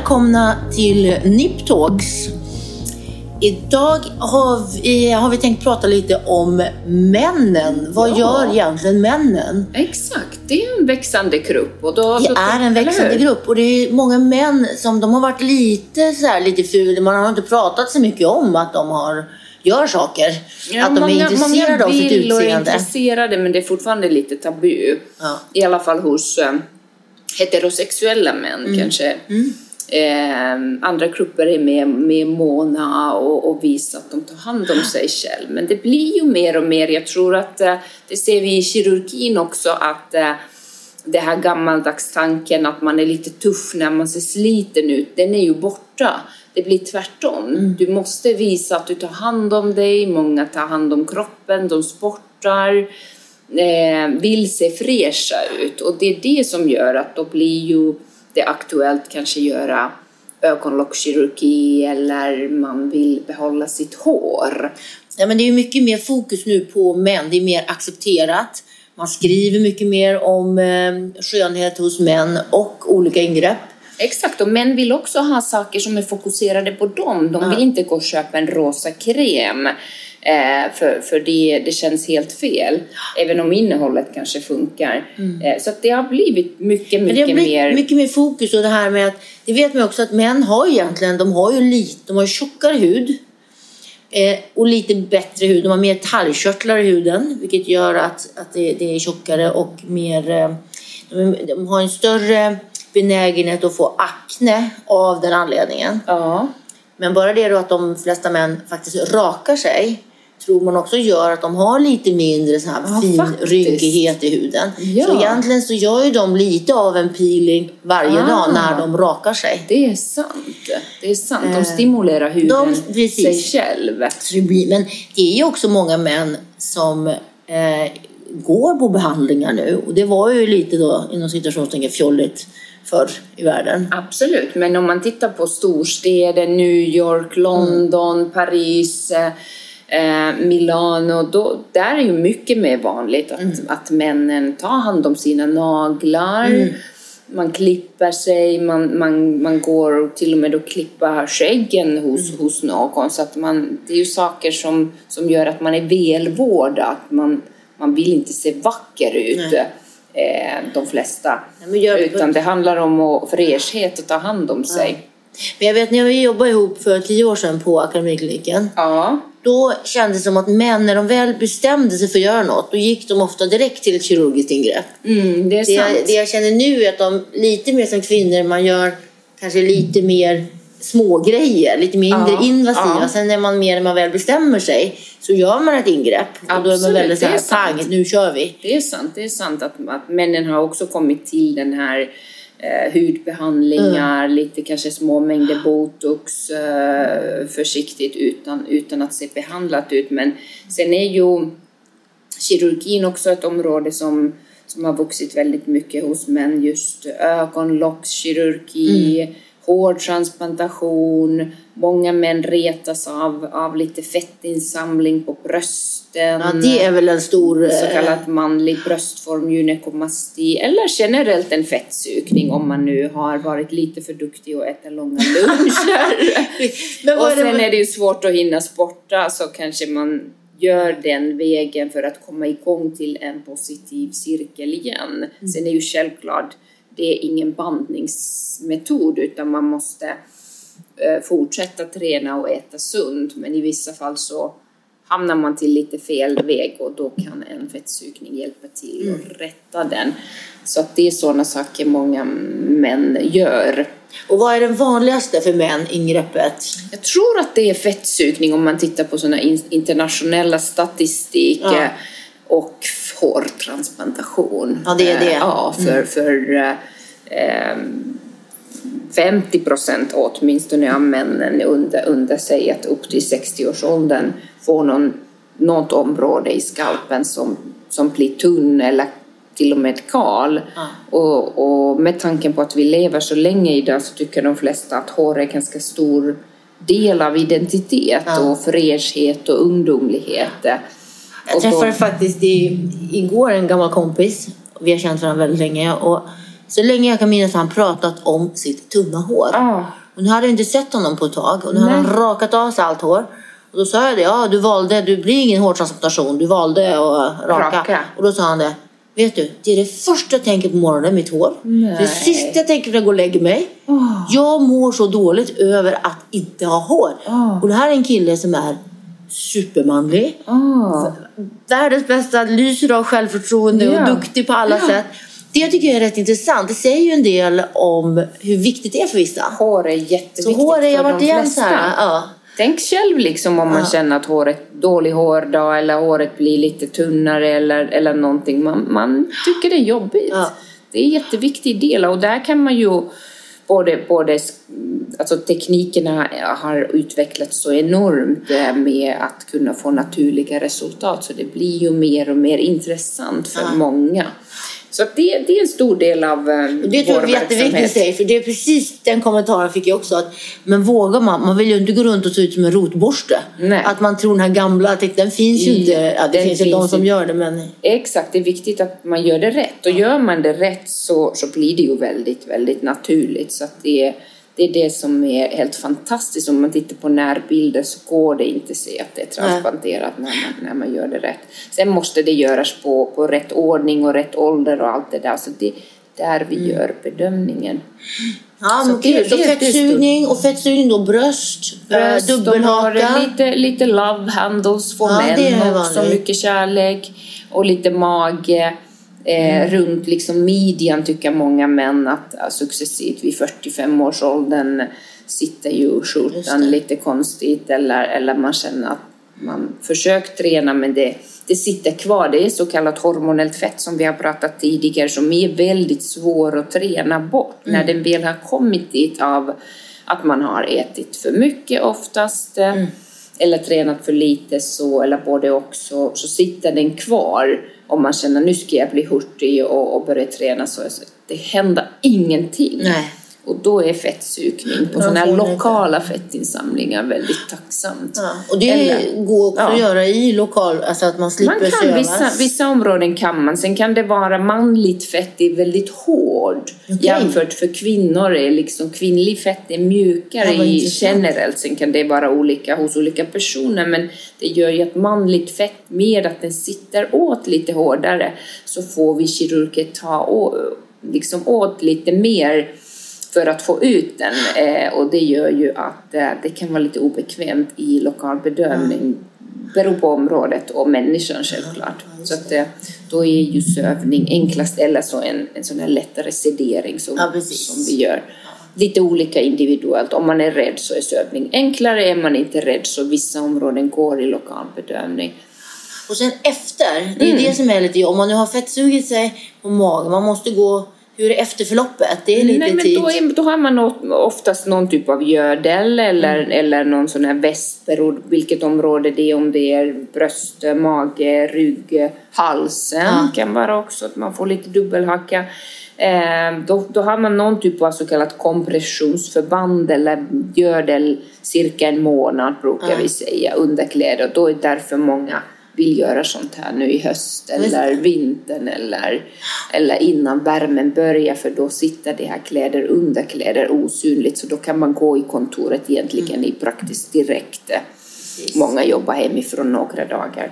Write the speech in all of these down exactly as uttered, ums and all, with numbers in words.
välkomna till Nip Talks. Idag har vi, har vi tänkt prata lite om männen. Vad ja. gör egentligen männen? Exakt, det är en växande grupp. Och då, det då är en växande grupp och det är många män som de har varit lite så här, lite fula. Man har inte pratat så mycket om att de har gör saker. Ja, att de många, är intresserade av sitt utseende. Många vill och är intresserade, men det är fortfarande lite tabu. Ja. I alla fall hos äh, heterosexuella män mm. kanske. Mm. Eh, andra grupper är mer, mer måna och, och visar att de tar hand om sig själv. Men det blir ju mer och mer. Jag tror att äh, det ser vi i kirurgin också, att äh, det här gammaldags tanken att man är lite tuff när man ser sliten ut, den är ju borta. Det blir tvärtom. Mm. Du måste visa att du tar hand om dig. Många tar hand om kroppen. De sportar. Eh, vill se fräscha ut. Och det är det som gör att då blir ju det aktuellt kanske göra ögonlockskirurgi. Eller man vill behålla sitt hår. Ja, men det är ju mycket mer fokus nu på män. Det är mer accepterat. Man skriver mycket mer om eh, skönhet hos män och olika ingrepp. Exakt, och män vill också ha saker som är fokuserade på dem. De vill ja. inte gå och köpa en rosa kräm. Eh, för för det, det känns helt fel. Även om innehållet kanske funkar. Mm. Eh, så att det har blivit mycket, mycket det har blivit mer... mycket mer fokus. Och det här med att, det vet man också att män har egentligen, de har ju lite, de har tjockare hud. Eh, och lite bättre hud. De har mer talgkörtlar i huden. Vilket gör att, att det, det är tjockare och mer... Eh, de, de har en större benägenhet att få akne av den anledningen. Ja. Men bara det då att de flesta män faktiskt rakar sig, tror man också gör att de har lite mindre så här ja, fin faktiskt. rynkighet i huden. Ja. Så egentligen så gör ju de lite av en peeling varje ah. dag när de rakar sig. Det är sant. Det är sant. De stimulerar huden de, sig själv. Men det är ju också många män som eh, går på behandlingar nu. Och det var ju lite då inom situationstecken fjolligt förr i världen. Absolut, men om man tittar på storstäder, New York, London, mm. Paris, eh, Milano, då, där är ju mycket mer vanligt att, mm. att männen tar hand om sina naglar. Mm. Man klipper sig, man, man, man går till och med att klippa skäggen hos, mm. hos någon. Så att man, det är ju saker som, som gör att man är välvårdad. Man, man vill inte se vacker ut. Nej. De flesta. Ja, utan det handlar om att fräschhet och ta hand om sig. Ja. Men jag vet när vi jobbade ihop för tio år sedan på akademikliniken. Ja. Då kändes det som att män, när de väl bestämde sig för att göra något, då gick de ofta direkt till ett kirurgiskt ingrepp. Mm, det är sant. Det, det jag känner nu är att de lite mer som kvinnor, man gör kanske lite mer små grejer, lite mindre ja, invasiva. Ja. Sen när man mer när man väl bestämmer sig så gör man ett ingrepp. Absolut, och då är man väldigt så här, pang, nu kör vi. Det är sant, det är sant att, att männen har också kommit till den här eh, hudbehandlingar, mm. lite kanske små mängder botox, eh, försiktigt utan, utan att se behandlat ut. Men sen är ju kirurgin också ett område som, som har vuxit väldigt mycket hos män. Just ögonlockskirurgi, mm. hårtransplantation. Många män retas av, av lite fettinsamling på brösten. Ja, det är väl en stor... Så kallad manlig bröstform, gynekomasti. Eller generellt en fettsugning om man nu har varit lite för duktig och äta långa luncher. Men och sen är det ju svårt att hinna sporta, så kanske man gör den vägen för att komma igång till en positiv cirkel igen. Mm. Sen är ju självklart, det är ingen bandningsmetod, utan man måste eh, fortsätta träna och äta sunt. Men i vissa fall så hamnar man till lite fel väg, och då kan en fettsugning hjälpa till mm. att rätta den. Så att det är sådana saker många män gör. Och vad är det vanligaste för män, ingreppet? Jag tror att det är fettsugning om man tittar på sådana internationella statistik. Ja. Och hårtransplantation. Ja, det är det. Ja, för, mm. för eh, femtio procent åtminstone av männen under, under sig att upp till sextio-årsåldern får någon, något område i skalpen som, som blir tunn eller till och med kal. Ja. Och, och med tanken på att vi lever så länge idag, så tycker de flesta att hår är en ganska stor del av identitet. Ja. Och fräschhet och ungdomlighet. Jag träffade faktiskt i, igår en gammal kompis. Vi har känt varandra väldigt länge. Och Så länge jag kan minnas har han pratat om sitt tunna hår. Ah. Och nu hade jag inte sett honom på ett tag. Och nu har han rakat av sig allt hår. Och då sa jag det, ja du valde, du blir ingen hårtransplantation. Du valde att raka. raka. Och då sa han det, vet du, det är det första jag tänker på morgonen, mitt hår. Nej. Det sista jag tänker när jag går och lägger mig. Oh. Jag mår så dåligt över att inte ha hår. Oh. Och det här är en kille som är supermanlig. Oh. Världens bästa, lyser av självförtroende yeah. och duktig på alla yeah. sätt. Det jag tycker är rätt intressant. Det säger ju en del om hur viktigt det är för vissa. Hår är jätteviktigt så hår är, för de flesta. Här, ja. Tänk själv liksom om man ja. känner att håret dålig hårdag eller håret blir lite tunnare eller, eller någonting. Man, man tycker det är jobbigt. Ja. Det är en jätteviktig del och där kan man ju både, både alltså teknikerna har utvecklats så enormt med att kunna få naturliga resultat så det blir ju mer och mer intressant för ja. många. Så det, det är en stor del av eh, det tror jag är jätteviktigt att säga, för det är precis den kommentaren fick jag också att, men vågar man, man vill ju inte gå runt och se ut som en rotborste. Nej. Att man tror den här gamla, den finns ju inte, ja, det finns ju de som gör det men... Exakt, det är viktigt att man gör det rätt och gör man det rätt så, så blir det ju väldigt, väldigt naturligt så att det är Det är det som är helt fantastiskt. Om man tittar på närbilder så går det inte att se att det är transplanterat när man, när man gör det rätt. Sen måste det göras på, på rätt ordning och rätt ålder och allt det där. Så det är där vi mm. gör bedömningen. Ja, men okej. Så fettsugning och fettsugning då, bröst, bröst dubbelhaka. Lite, lite love handles får ja, män också, mycket kärlek och lite mage. Eh, mm. Runt liksom midjan tycker många män att ja, successivt vid fyrtiofem års åldern sitter ju skjortan lite konstigt eller, eller man känner att man försökt träna men det, det sitter kvar. Det är så kallat hormonellt fett som vi har pratat tidigare som är väldigt svår att träna bort mm. när den väl har kommit dit av att man har ätit för mycket oftast mm. eller tränat för lite så eller både också så sitter den kvar. Om man känner nu ska jag bli hurtig och, och börja träna så det händer ingenting. Nej. Och då är fettsugning på sådana här lokala fettinsamlingar väldigt tacksamt. Ja. Och det Eller, går också ja. att göra i lokal, alltså att man slipper man kan, sövas. Vissa, vissa områden kan man. Sen kan det vara manligt fett, det är väldigt hård. Okay. Jämfört för kvinnor är liksom kvinnlig fett är mjukare i generellt. Sen kan det vara olika hos olika personer. Men det gör ju att manligt fett med att den sitter åt lite hårdare. Så får vi kirurger ta å, liksom åt lite mer för att få ut den eh, och det gör ju att eh, det kan vara lite obekvämt i lokal bedömning mm. beror på området och människan självklart ja, så att eh, då är ju sövning enklast eller så en, en sån här lättare sedering som, ja, som vi gör lite olika individuellt. Om man är rädd så är sövning enklare, är man inte rädd så vissa områden går i lokal bedömning. Och sen efter, det är mm. det som är lite, om man nu har fettsugit sig på magen, man måste gå. Hur är efterförloppet? Det är lite Nej, men tid. Då, är, då har man oftast någon typ av gödel eller, mm. eller någon sån här väst, beror vilket område det är, om det är bröst, mage, rygg, halsen ja. kan vara också att man får lite dubbelhacka. Eh, då, då har man någon typ av så kallat kompressionsförband eller gödel cirka en månad brukar ja. vi säga underkläder. Då är därför många vill göra sånt här nu i höst eller vintern eller, eller innan värmen börjar för då sitter det här kläder under kläder osynligt så då kan man gå i kontoret egentligen mm. i praktiskt direkt. Precis. Många jobbar hemifrån några dagar.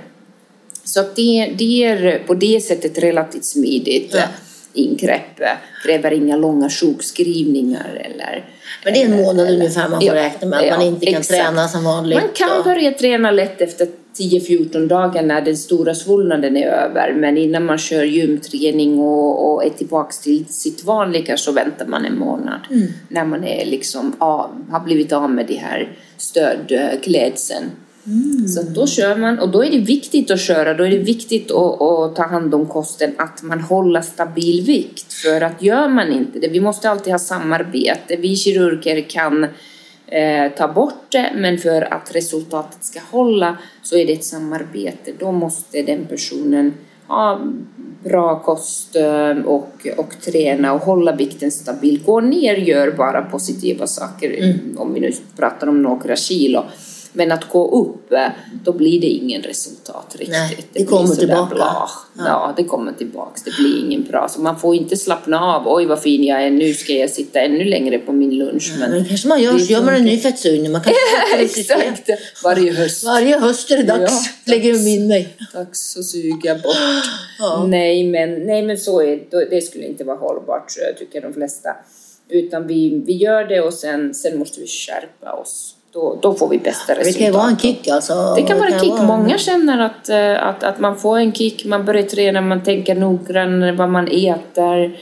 Så att det, det är på det sättet relativt smidigt. Ja. Ingrepp, kräver inga långa sjukskrivningar eller... Men det är en månad eller, ungefär man får ja, räkna med att ja, man inte kan exakt. träna som vanligt. Man kan och... börja träna lätt efter tio fjorton dagar när den stora svullnaden är över. Men innan man kör gymträning och, och är tillbaka till sitt vanliga så väntar man en månad. Mm. När man är liksom av, har blivit av med det här stödklädseln. Mm. Så då kör man, och då är det viktigt att köra, då är det viktigt att, att ta hand om kosten, att man håller stabil vikt, för att gör man inte det, vi måste alltid ha samarbete, vi kirurger kan eh, ta bort det, men för att resultatet ska hålla så är det ett samarbete, då måste den personen ha bra kost och, och träna och hålla vikten stabil, gå ner, gör bara positiva saker mm. om vi nu pratar om några kilo. Men att gå upp, då blir det ingen resultat riktigt. Nej, det, det kommer tillbaka. Ja. ja, det kommer tillbaka. Det blir ingen bra. Så man får inte slappna av. Oj, vad fin jag är. Nu ska jag sitta ännu längre på min lunch. Ja, men, men kanske man gör, så gör man en ny fettsugning. Man kan Exakt. Varje höst. Varje höst är det dags. Ja, lägger jag in mig. Dags att suga bort. Ja. Nej, men, nej, men så är det. skulle inte vara hållbart, tycker de flesta. Utan vi, vi gör det och sen, sen måste vi skärpa oss. Då, då får vi bästa resultat. Det kan ju vara en kick alltså. Det kan vara en kick. Många känner att, att, att man får en kick. Man börjar träna, man tänker noggrant vad man äter.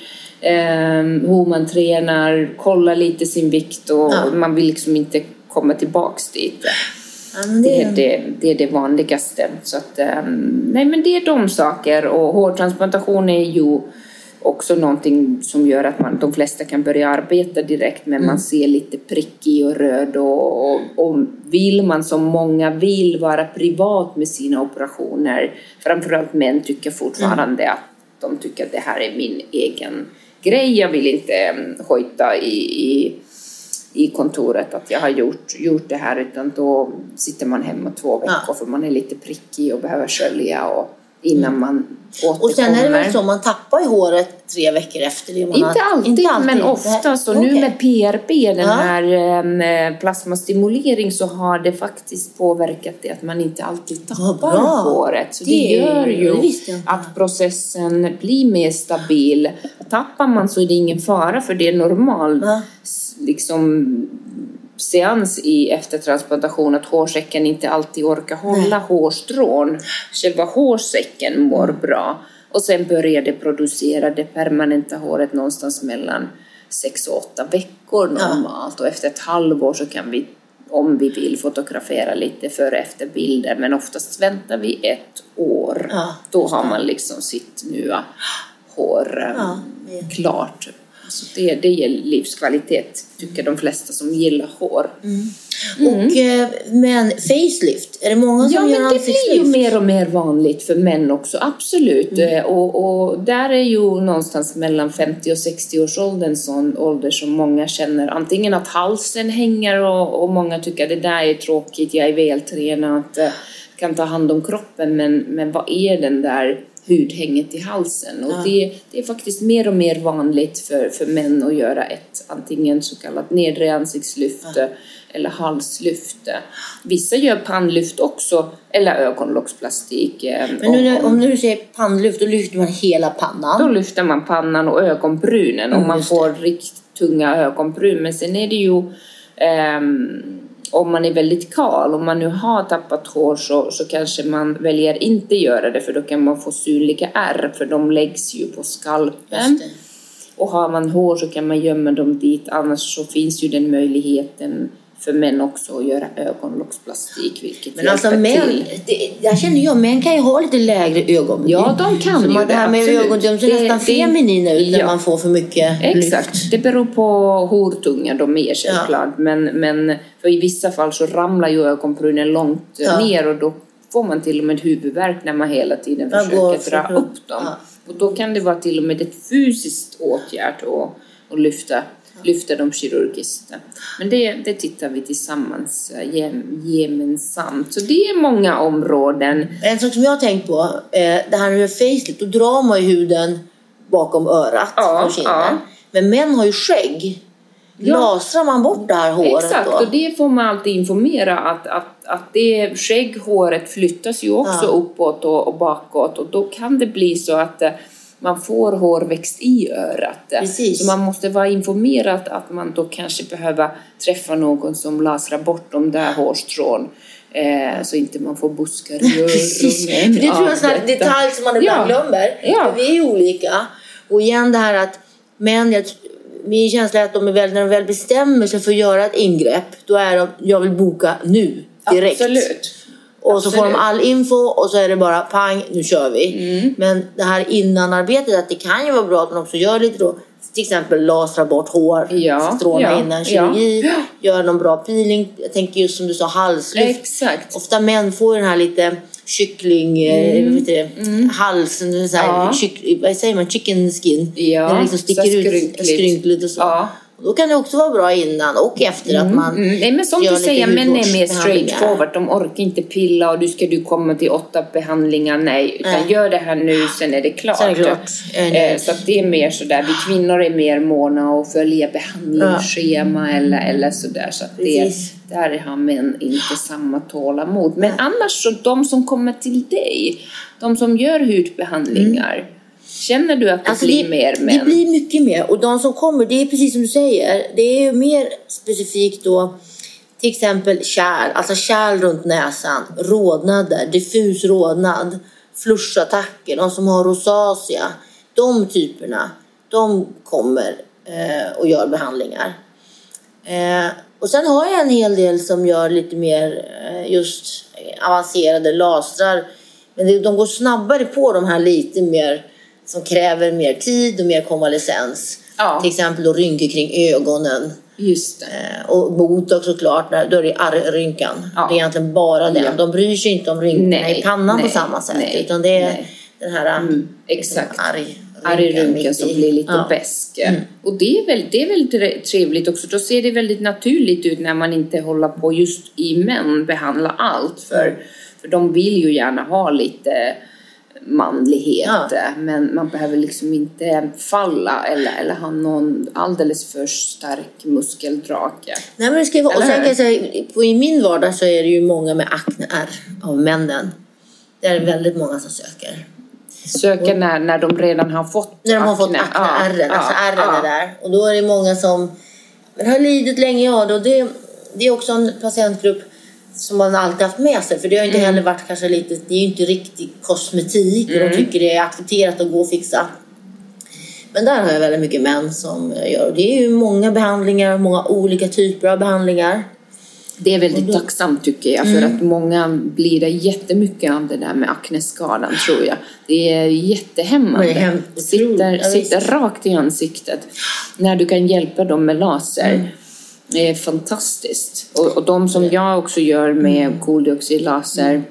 Eh, hur man tränar. Kolla lite sin vikt. Och ja. Man vill liksom inte komma tillbaks dit. Ja, det... Det, är det, det är det vanligaste. Så att, nej, men det är de saker. Och hårtransplantation är ju också någonting som gör att man, de flesta kan börja arbeta direkt, men mm. man ser lite prickig och röd och, och, och vill man, som många vill, vara privat med sina operationer, framförallt män tycker fortfarande mm. att de tycker att det här är min egen grej, jag vill inte hojta i, i, i kontoret att jag har gjort, gjort det här, utan då sitter man hemma två veckor ja. För man är lite prickig och behöver skölja och innan man återkommer. Och sen är det väl så, man tappar i håret tre veckor efter det. Man inte, har, alltid, inte alltid, men ofta. Så okay. Nu med P R P, den ja. här eh, plasmastimulering, så har det faktiskt påverkat det att man inte alltid tappar ja, håret. Så det, det gör ju det att processen blir mer stabil. Tappar man så är det ingen fara, för det är normal ja. liksom seans i eftertransplantation att hårsäcken inte alltid orkar hålla Nej. hårstrån. Själva hårsäcken mår bra. Och sen börjar det producera det permanenta håret någonstans mellan sex och åtta veckor normalt. Ja. Och efter ett halvår så kan vi, om vi vill, fotografera lite före efter bilder. Men oftast väntar vi ett år. Ja, Då har man liksom sitt nya hår ja, klart. Så det, det ger livskvalitet, tycker de flesta som gillar hår. Mm. Mm. Och, eh, men facelift, är det många som ja, gör ansiktslyft? Ja, men det blir ju mer och mer vanligt för män också, absolut. Mm. Och, och där är ju någonstans mellan femtio och sextio års ålder en sån ålder som många känner antingen att halsen hänger och, och många tycker att det där är tråkigt, jag är vältränad, kan ta hand om kroppen, men, men vad är den där hudhänget i halsen? Och ja. det, det är faktiskt mer och mer vanligt för, för män att göra ett antingen så kallat nedre ansiktslyft ja. eller halslyft. Vissa gör pannlyft också, eller ögonlocksplastik. Men nu, om du säger pannlyft, då lyfter man hela pannan? Då lyfter man pannan och ögonbrynen, mm, och man får riktigt tunga ögonbryn. Men sen är det ju um, om man är väldigt kal, om man nu har tappat hår, så, så kanske man väljer inte göra det, för då kan man få synliga ärr, för de läggs ju på skalpen. Och har man hår så kan man gömma dem dit, annars så finns ju den möjligheten för män också att göra ögonlocksplastik, vilket men alltså män, det, jag känner ju, män kan ju ha lite lägre ögonbryn. Ja, de kan så ju man, det. här med ögon, de ser nästan feminina ut ja. när man får för mycket Exakt, lyft. Det beror på hur tunga de är, självklart. Ja. Men, men för i vissa fall så ramlar ju ögonbrynen långt ja. ner, och då får man till och med huvudvärk när man hela tiden jag försöker dra upp dem. Ja. Och då kan det vara till och med ett fysiskt åtgärd att, att lyfta lyfta dem kirurgiskt. Men det, det tittar vi tillsammans gemensamt. Så det är många områden. En sak som jag har tänkt på, det här med facelift, då drar man ju huden bakom örat. Ja, ja. Men män har ju skägg. Ja. Lasrar man bort det här håret? Exakt, då? Och det får man alltid informera att, att, att det skägghåret flyttas ju också ja. uppåt och, och bakåt. Och då kan det bli så att man får hårväxt i örat. Precis. Så man måste vara informerad att man då kanske behöver träffa någon som lasrar bort de där hårstrån. Eh, så inte man får buskar i öronen. Precis, för det tror jag är en detalj som man ibland ja. glömmer. Ja. För vi är olika. Och igen det här att män, jag, min känsla är att de är väl, när de väl bestämmer sig för att göra ett ingrepp, då är de, jag vill boka nu, direkt. Absolut. Och Absolut. så får de all info och så är det bara pang, nu kör vi. Mm. Men det här innanarbetet, att det kan ju vara bra att man också gör lite då. Till exempel lasra bort hår, ja, stråna ja, innan kirurgi, ja. gör någon bra peeling. Jag tänker just som du sa, halslyft. Exakt. Ofta män får den här lite kyckling, mm. vet du, mm. halsen, så här, ja. kyck, vad säger man, chicken skin. Ja, den liksom sticker ut skrynkligt och så. Ja. Då kan det också vara bra innan och efter mm, att man mm. Nej, men som du säger, män är mer straightforward. De orkar inte pilla och du ska du komma till åtta behandlingar. Nej, utan nej. Gör det här nu, sen är det klart. Är det klart. Eh, så att det är mer sådär. Vi kvinnor är mer måna och följa behandlingsschema ja. eller, eller sådär. Så att det, där har män inte samma tålamod. Men ja. Annars så de som kommer till dig, de som gör hudbehandlingar, mm. känner du att det alltså blir det, mer män? Det blir mycket mer. Och de som kommer, det är precis som du säger. Det är mer specifikt då. Till exempel kärl. Alltså kärl runt näsan. Rodnader. Diffus rodnad. Fluschattacker. De som har rosacea. De typerna. De kommer eh, och gör behandlingar. Eh, och sen har jag en hel del som gör lite mer eh, just avancerade lasrar. Men det, de går snabbare på de här lite mer som kräver mer tid och mer konvalescens. Ja. Till exempel då rynkor kring ögonen. Just det. Eh, och botox såklart, då är det arrynkan. Ja. Det är egentligen bara den. Ja. De bryr sig inte om rynkorna nej, i pannan nej, på samma sätt. Nej, utan det är nej. Den här mm, exakt. Arrynkan som blir lite ja. Bäsk. Mm. Och det är, väl, det är väldigt trevligt också. Då ser det väldigt naturligt ut när man inte håller på just i män behandla allt. För, mm. för de vill ju gärna ha lite manlighet, ja. Men man behöver liksom inte falla eller, eller ha någon alldeles för stark muskeldrake. Nej, men det ska vara, och sen kan jag säga, på i min vardag så är det ju många med akne-ärr av männen. Det är väldigt många som söker. Söker och, när, när de redan har fått när de har akne. Fått akne-ärren, ja, alltså ärren ja. Är där. Och då är det många som men har lidit länge, ja, då det, det är också en patientgrupp som man alltid haft med sig. För det har inte mm. heller varit kanske lite, det är ju inte riktigt kosmetik. Mm. Och de tycker det är accepterat att gå och fixa. Men där har jag väldigt mycket män som gör. Och det är ju många behandlingar, många olika typer av behandlingar. Det är väldigt då, tacksamt tycker jag. Mm. För att många blir det jättemycket av det där med akneskadan tror jag. Det är jättehämmande. Det hem, sitter, sitter rakt i ansiktet. När du kan hjälpa dem med laser. Mm. Det är fantastiskt. Och, och de som jag också gör med koldioxidlaser mm.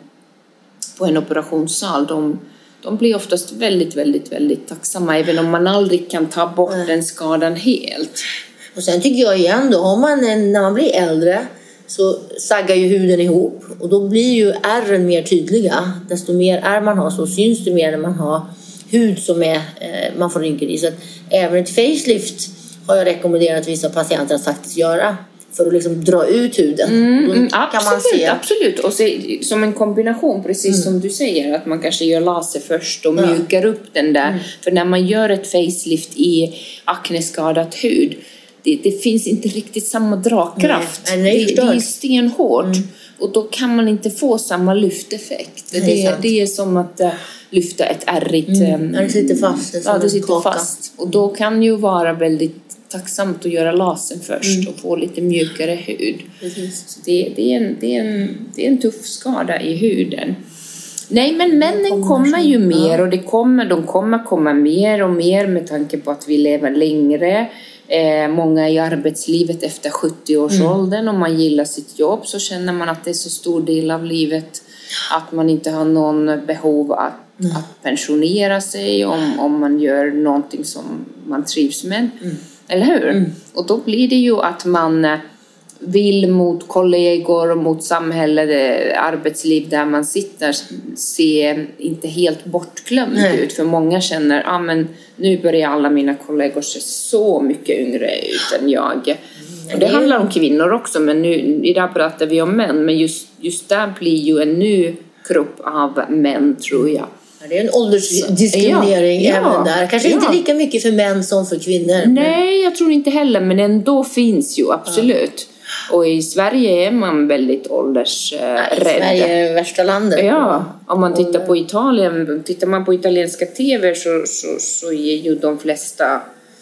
på en operationssal, de, de blir oftast väldigt, väldigt, väldigt tacksamma. Även om man aldrig kan ta bort mm. den skadan helt. Och sen tycker jag igen då, har man en, när man blir äldre så saggar ju huden ihop. Och då blir ju ärren mer tydliga. Desto mer ärr man har så syns det mer när man har hud som är, eh, man får rynkor i. Så att även ett facelift har jag rekommenderat vissa patienter att faktiskt göra för att liksom dra ut huden. Mm, mm, kan absolut, man se. Absolut. Och se, som en kombination, precis mm. som du säger, att man kanske gör laser först och ja. Mjukar upp den där. Mm. För när man gör ett facelift i akneskadat hud, det, det finns inte riktigt samma dragkraft. Nej, nej, det, det är stenhårt. Mm. Och då kan man inte få samma lyfteffekt. Nej, det, är, det är som att uh, lyfta ett ärrigt... Mm. Um, det sitter fast. Det ja, det sitter kaka. Fast. Och då kan ju vara väldigt tacksamt att göra lasern först mm. och få lite mjukare hud. Så det, det, är en, det, är en, det är en tuff skada i huden. Nej, men männen kommer, kommer ju mer ja. Och det kommer, de kommer komma mer och mer med tanke på att vi lever längre. Eh, många i arbetslivet efter sjuttio-årsåldern. Mm. Om man gillar sitt jobb så känner man att det är så stor del av livet att man inte har någon behov att, mm. att pensionera sig om, om man gör någonting som man trivs med. Mm. Eller hur? Mm. Och då blir det ju att man vill mot kollegor och mot samhället, arbetsliv där man sitter, se inte helt bortglömd Nej. Ut. För många känner, ja ah, men nu börjar alla mina kollegor se så mycket yngre ut än jag. Mm. Och det handlar om kvinnor också, men nu, idag pratar vi om män. Men just, just där blir ju en ny grupp av män, tror jag. Det är en åldersdiskriminering ja, även ja, där. Kanske ja. Inte lika mycket för män som för kvinnor. Nej, jag tror inte heller. Men ändå finns ju, absolut. Ja. Och i Sverige är man väldigt åldersrädd. Ja, Sverige är värsta landet. Ja, om man tittar på Italien. Tittar man på italienska tv så, så, så är ju de flesta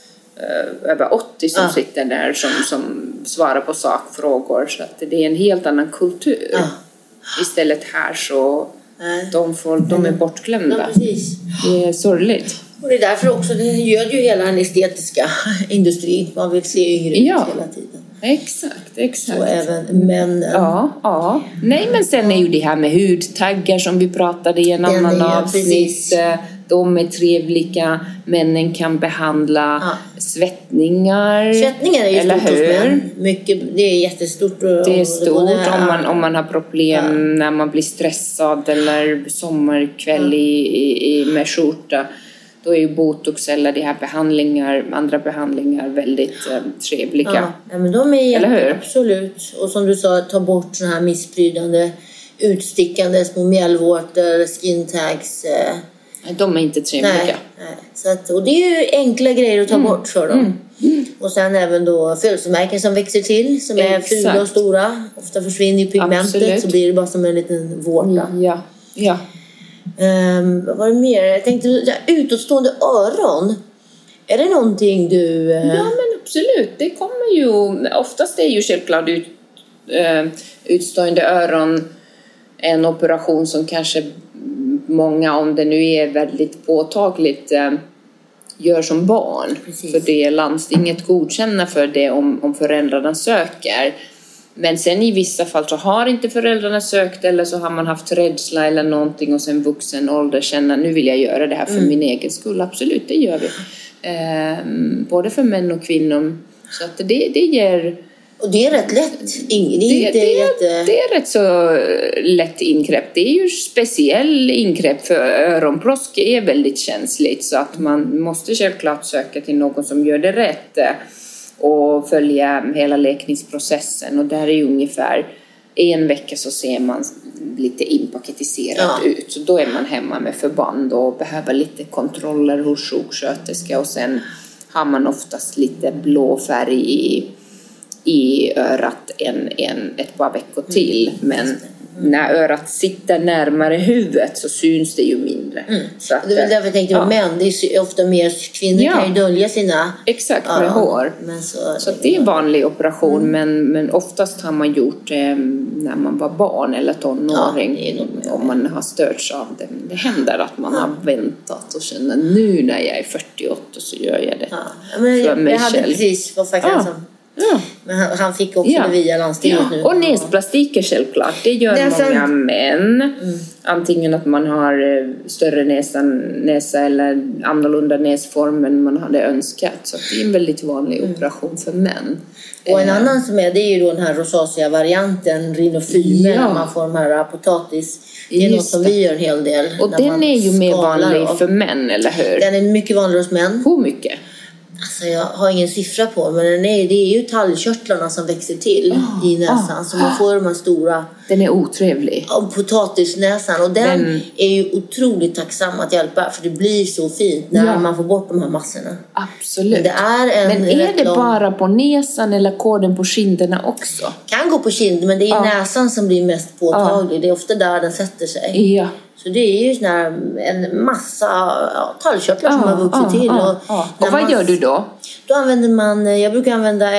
uh, över åttio som ja. Sitter där som, som svarar på sakfrågor. Så att det är en helt annan kultur. Ja. Istället här så... De, får, de är bortglömda. Ja, precis. Det är sorgligt. Och det är därför också, det gör ju hela den estetiska industrin. Man vill se yngre ut ja. Hela tiden. Exakt, exakt. Och även männen. Ja, ja. Nej, men sen är ju det här med hudtaggar som vi pratade i en den annan avsnitt. de är trevliga. Männen kan behandla ja. svettningar. Svettningar är ju stort hos män. Mycket, det är jättestort. Och, det är stort och det om, man, om man har problem ja. när man blir stressad eller sommarkväll ja. i, i, med skjorta. Då är ju botox eller de här behandlingar, andra behandlingar väldigt eh, trevliga. Ja, ja, men de är jätte, absolut. Och som du sa, ta bort såna här missprydande, utstickande små mjällvårtor, skin tags. Eh. De är inte trevliga. Nej, nej. Så att, och det är ju enkla grejer att ta mm. bort för dem. Mm. Mm. Och sen även då födelsemärken som växer till, som är Exakt. fula och stora. Ofta försvinner ju pigmentet, absolut. Så blir det bara som en liten vårta. Ja, ja. Um, vad var det mer? Jag tänkte, ja, utåtstående öron. Är det någonting du... Uh... Ja, men absolut. Det kommer ju... Oftast är ju självklart ut, uh, utstående öron en operation som kanske många, om det nu är väldigt påtagligt, uh, gör som barn. Precis. För det är landstinget godkänner för det om, om föräldrarna söker. Men sen i vissa fall så har inte föräldrarna sökt, eller så har man haft rädsla eller någonting och sen vuxen ålder känner nu vill jag göra det här för mm. min egen skull. Absolut, det gör vi. Eh, både för män och kvinnor. Så att det, det ger... Och det är rätt lätt. Ingen, det, det, det, är jätte... det är rätt så lätt ingrepp. Det är ju speciell ingrepp för öronplosk är väldigt känsligt. Så att man måste självklart söka till någon som gör det rätt. Och följa hela läkningsprocessen. Och där är ju ungefär en vecka så ser man lite inpaketiserat ja. ut. Så då är man hemma med förband och behöver lite kontroller hos sjuksköterska. Och sen har man oftast lite blå färg i, i örat en, en, ett par veckor till. Men när örat sitter närmare huvudet så syns det ju mindre. Mm. Så att, det är därför jag tänkte på ja. män. Det är ofta mer kvinnor ja. kan ju dölja sina... Exakt, med ja. hår. Men så, så det är en vanlig operation. Mm. Men, men oftast har man gjort det när man var barn eller tonåring. Ja, om man har störts av det. Det händer att man ja. har väntat och känner nu när jag är fyrtioåtta så gör jag det. Ja. Men jag, jag hade precis vad faktiskt ja. som... Ja. Men han, han fick också ja. det via landstinget ja. nu. Och näsplastiker självklart. Det gör Näsan. många män. Mm. Antingen att man har större näsa, näsa eller annorlunda näsform än man hade önskat. Så det är en väldigt vanlig mm. operation för män. Och en annan som är, det är ju då den här rosacea-varianten, rinofymer, ja. när man får de här potatis. Det är Just något som det. vi gör en hel del. Och den är ju mer vanlig av. för män, eller hur? Den är mycket vanligare hos män. Hur mycket? Alltså jag har ingen siffra på, men den är, det är ju talgkörtlarna som växer till oh, i näsan. Oh, så man får de här stora... Den är otrevlig. Ja, potatisnäsan. Och den, den är ju otroligt tacksam att hjälpa. För det blir så fint när ja. man får bort de här massorna. Absolut. Men, det är, en men är det lång... bara på näsan eller går den på kinderna också? Kan gå på kinden, men det är ja. näsan som blir mest påtaglig. Ja. Det är ofta där den sätter sig. Ja. Så det är ju sån här, en massa ja, talgkörtlar som ah, har vuxit ah, till. Ah, och ah. och vad man, gör du då? Då använder man, jag brukar använda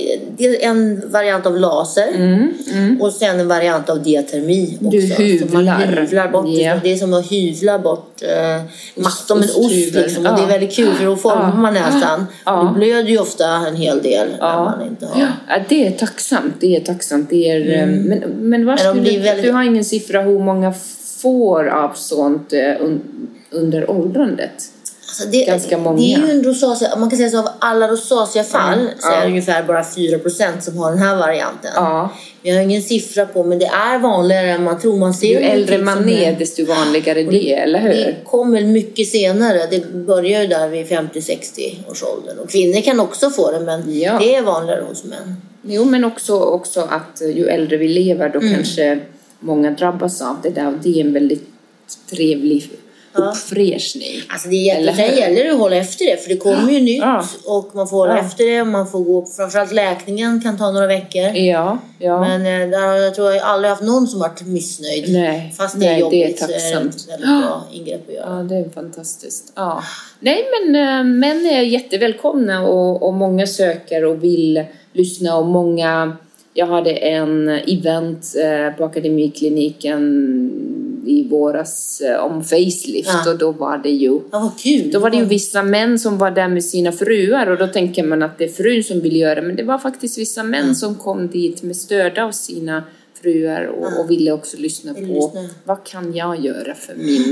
en variant av laser mm, mm. och sen en variant av diatermi också. Du hyvlar. Så man hyvlar bort, yeah. det är som att hyvla bort eh, massor som en ost liksom. Och ah. det är väldigt kul för då formar ah. man nästan. Ah. Och det blöder ju ofta en hel del ah. när man inte har. Ja, det är tacksamt, det är tacksamt. Det är, mm. men, men vad skulle du, väldigt... du har ingen siffra hur många får av sånt under åldrandet? Alltså det, ganska många. Det är ju en rosacea, man kan säga så av alla rosacea-fall mm. så är det ungefär bara fyra procent som har den här varianten. Ja. Vi har ingen siffra på, men det är vanligare än man tror. Man ser ju äldre man är, desto vanligare det, det, eller hur? Det kommer mycket senare. Det börjar ju där vid femtio sextio års åldern. Och kvinnor kan också få det, men ja. det är vanligare hos män. Jo, men också, också att ju äldre vi lever, då mm. kanske många drabbas av det där. Och det är en väldigt trevlig uppfräschning. Alltså det gäller, det gäller att hålla efter det, för det kommer ju nytt ja. och man får hålla ja. efter det, man får gå, framförallt läkningen kan ta några veckor. Ja, ja. Men där har jag tror jag aldrig haft någon som varit missnöjd. Nej, fast det är nej, jobbigt det är tacksamt. Så är det väldigt bra ingrepp att göra. Ja, det är fantastiskt. Ja. Nej, men män är jättevälkomna och, och många söker och vill lyssna och många. Jag hade en event på Akademikliniken i våras om facelift ja. och då var det ju ja, vad kul. Då var det ju vissa män som var där med sina fruar och då tänker man att det är frun som vill göra, men det var faktiskt vissa män mm. som kom dit med stöd av sina fruar och, ja. och ville också lyssna på lyssna. Vad kan jag göra för min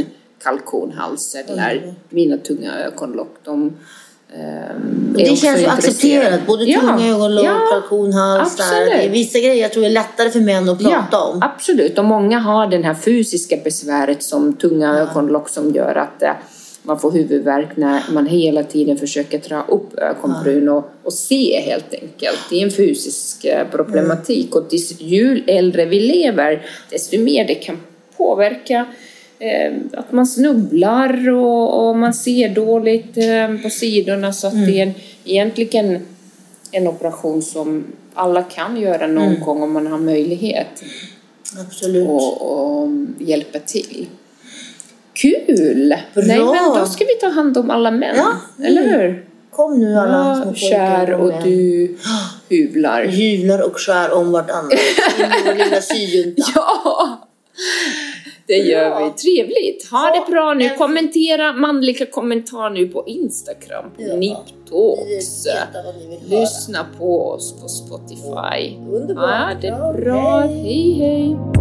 kalkonhals eller mm. mina tunga ögonlock. De, um, det känns ju accepterat, både ja, tunga ögonlock, ja, kalkonhals. Där. Det är vissa grejer jag tror är lättare för män att prata ja, om. Absolut, och många har den här fysiska besväret som tunga ja. ögonlock som gör att uh, man får huvudvärk när man hela tiden försöker dra upp ögonbryn och, och se helt enkelt. Det är en fysisk problematik. Och ju äldre vi lever, desto mer det kan påverka eh, att man snubblar och, och man ser dåligt eh, på sidorna. Så att mm. det är en, egentligen en operation som alla kan göra någon mm. gång om man har möjlighet. Absolut. Och, och hjälpa till. Kul! Bra. Nej, men då ska vi ta hand om alla män, ja, eller hur? Kom nu alla ja, kär och, och du hyvlar. Hyvlar och skär om vartannat. I vår lilla syjunta. Ja, det gör ja. vi. Trevligt. Ha ja, det bra nu. En... Kommentera manliga kommentarer nu på Instagram. På ja. Niptalks. Lyssna på oss på Spotify. Underbart. Ja, det är bra. Hej, hej.